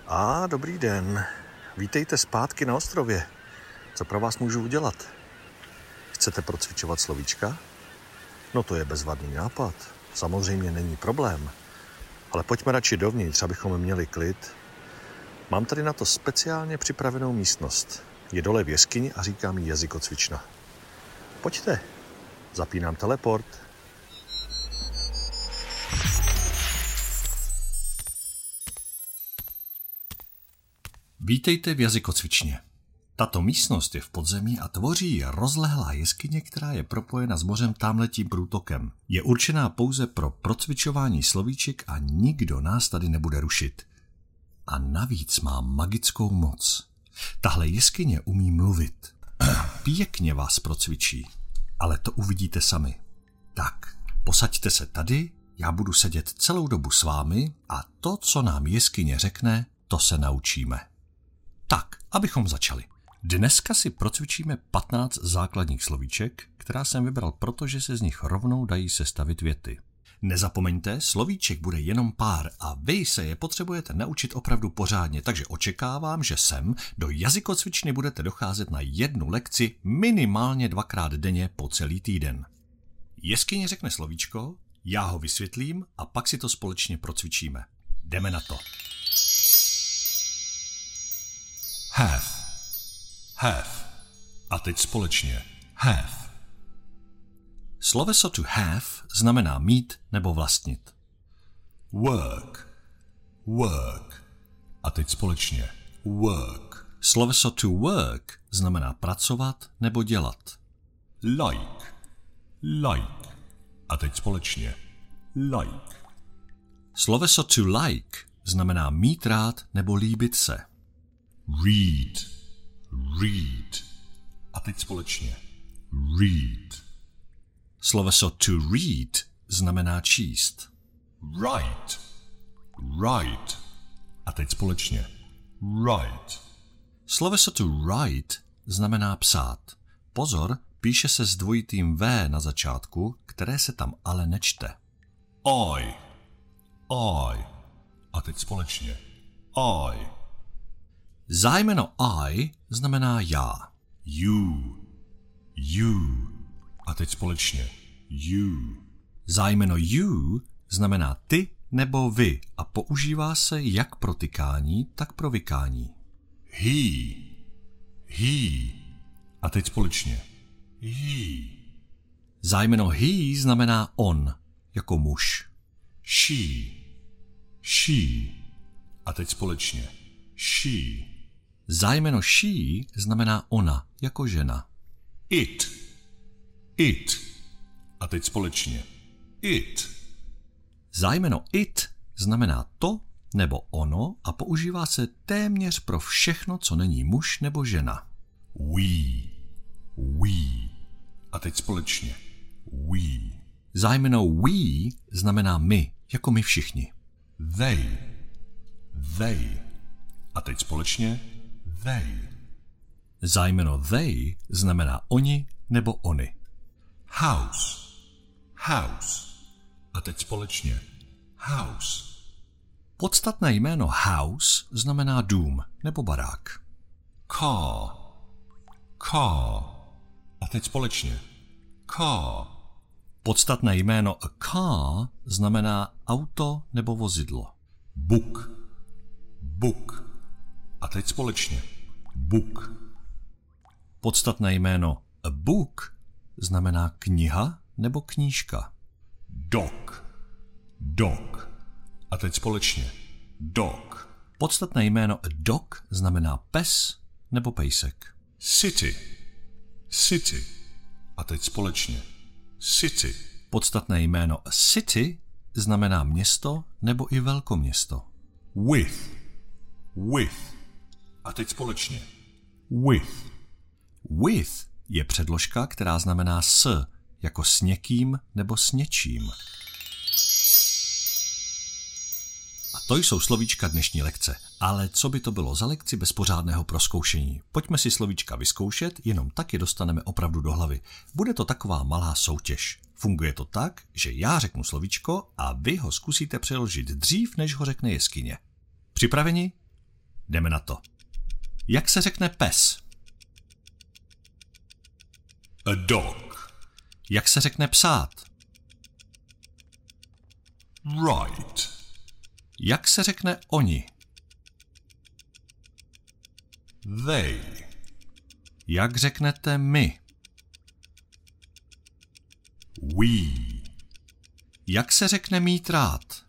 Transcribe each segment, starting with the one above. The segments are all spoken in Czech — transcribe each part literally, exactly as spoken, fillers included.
A dobrý den. Vítejte zpátky na ostrově. Co pro vás můžu udělat? Chcete procvičovat slovíčka? No to je bezvadný nápad. Samozřejmě není problém. Ale pojďme radši dovnitř, abychom měli klid. Mám tady na to speciálně připravenou místnost. Je dole v jeskyni a říkám jí jazykocvična. Pojďte. Zapínám teleport. Vítejte v jazykocvičně. Tato místnost je v podzemí a tvoří ji rozlehlá jeskyně, která je propojena s mořem támhletím průtokem. Je určená pouze pro procvičování slovíček a nikdo nás tady nebude rušit. A navíc má magickou moc. Tahle jeskyně umí mluvit. Pěkně vás procvičí, ale to uvidíte sami. Tak, posaďte se tady, já budu sedět celou dobu s vámi a to, co nám jeskyně řekne, to se naučíme. Tak, abychom začali. Dneska si procvičíme patnáct základních slovíček, která jsem vybral, protože se z nich rovnou dají sestavit věty. Nezapomeňte, slovíček bude jenom pár a vy se je potřebujete naučit opravdu pořádně, takže očekávám, že sem do jazykocvičny budete docházet na jednu lekci minimálně dvakrát denně po celý týden. Jeskyně řekne slovíčko, já ho vysvětlím a pak si to společně procvičíme. Jdeme na to. Have. Have. A teď společně. Have. Sloveso to have znamená mít nebo vlastnit. Work. Work. A teď společně. Work. Sloveso to work znamená pracovat nebo dělat. Like. Like. A teď společně. Like. Sloveso to like znamená mít rád nebo líbit se. Read. Read. A teď společně. Read. Sloveso to read znamená číst. Write. Write. A teď společně. Write. Sloveso to write znamená psát. Pozor, píše se s dvojitým V na začátku, které se tam ale nečte. I. I. A teď společně. I. Zájmeno I znamená já. You. You. A teď společně. You. Zájmeno you znamená ty nebo vy a používá se jak pro tykání, tak pro vykání. He. He. A teď společně. He. Zájmeno he znamená on, jako muž. She. She. A teď společně. She. Zájmeno she znamená ona, jako žena. It. It. A teď společně. It. Zájmeno it znamená to nebo ono a používá se téměř pro všechno, co není muž nebo žena. We. We. A teď společně. We. Zájmeno we znamená my, jako my všichni. They. They. A teď společně. They. Zájmeno they znamená oni nebo oni. House. House. A teď společně. House. Podstatné jméno house znamená dům nebo barák. Car. Car. A teď společně. Car. Podstatné jméno a car znamená auto nebo vozidlo. Book. Book. A teď společně. Book. Podstatné jméno a book znamená kniha nebo knížka. Dog. Dog. A teď společně. Dog. Podstatné jméno a dog znamená pes nebo pejsek. City. City. A teď společně. City. Podstatné jméno a city znamená město nebo i velkoměsto. With. With. A teď společně. With. With je předložka, která znamená s, jako s někým nebo s něčím. A to jsou slovíčka dnešní lekce. Ale co by to bylo za lekci bez pořádného prozkoušení? Pojďme si slovíčka vyzkoušet, jenom tak je dostaneme opravdu do hlavy. Bude to taková malá soutěž. Funguje to tak, že já řeknu slovíčko a vy ho zkusíte přeložit dřív, než ho řekne jeskyně. Připraveni? Jdeme na to. Jak se řekne pes? A dog. Jak se řekne psát? Right. Jak se řekne oni? They. Jak řeknete my? We. Jak se řekne mít rád?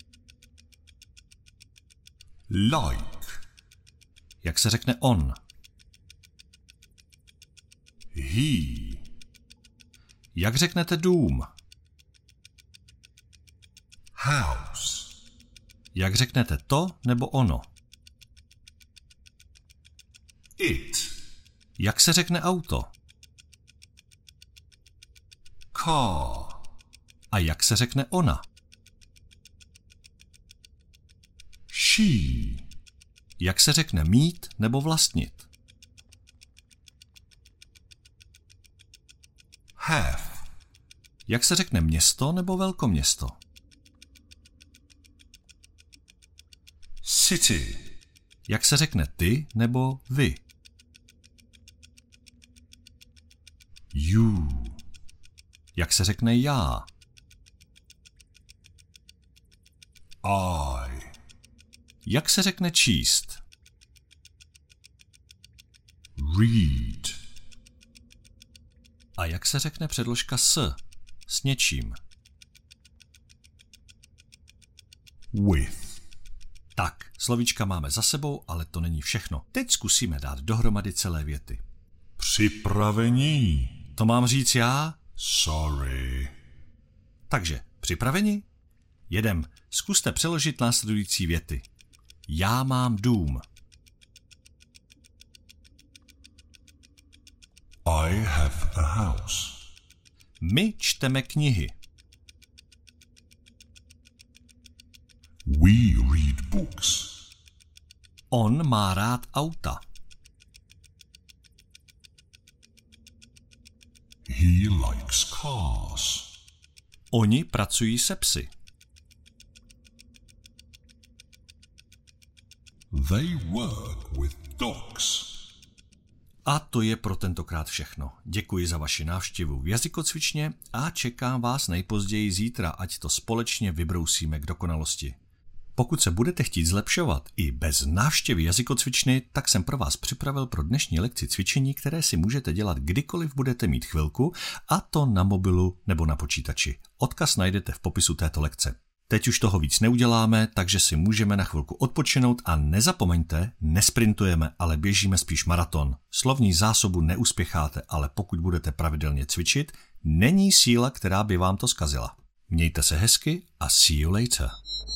Like. Jak se řekne on? He. Jak řeknete dům? House. Jak řeknete to nebo ono? It. Jak se řekne auto? Car. A jak se řekne ona? She. Jak se řekne mít nebo vlastnit? Have. Jak se řekne město nebo velkoměsto? City. Jak se řekne ty nebo vy? You. Jak se řekne já? I. Jak se řekne číst? Read. A jak se řekne předložka s? S něčím. With. Tak, slovíčka máme za sebou, ale to není všechno. Teď zkusíme dát dohromady celé věty. Připravení. To mám říct já? Sorry. Takže, připraveni? Jedem. Zkuste přeložit následující věty. Já mám dům. I have a house. My čteme knihy. We read books. On má rád auta. He likes cars. Oni pracují se psy. They work with dogs. A to je pro tentokrát všechno. Děkuji za vaši návštěvu v Jazykocvičně a čekám vás nejpozději zítra, ať to společně vybrousíme k dokonalosti. Pokud se budete chtít zlepšovat i bez návštěvy Jazykocvičny, tak jsem pro vás připravil pro dnešní lekci cvičení, které si můžete dělat kdykoliv budete mít chvilku, a to na mobilu nebo na počítači. Odkaz najdete v popisu této lekce. Teď už toho víc neuděláme, takže si můžeme na chvilku odpočinout a nezapomeňte, nesprintujeme, ale běžíme spíš maraton. Slovní zásobu neuspěcháte, ale pokud budete pravidelně cvičit, není síla, která by vám to zkazila. Mějte se hezky a see you later.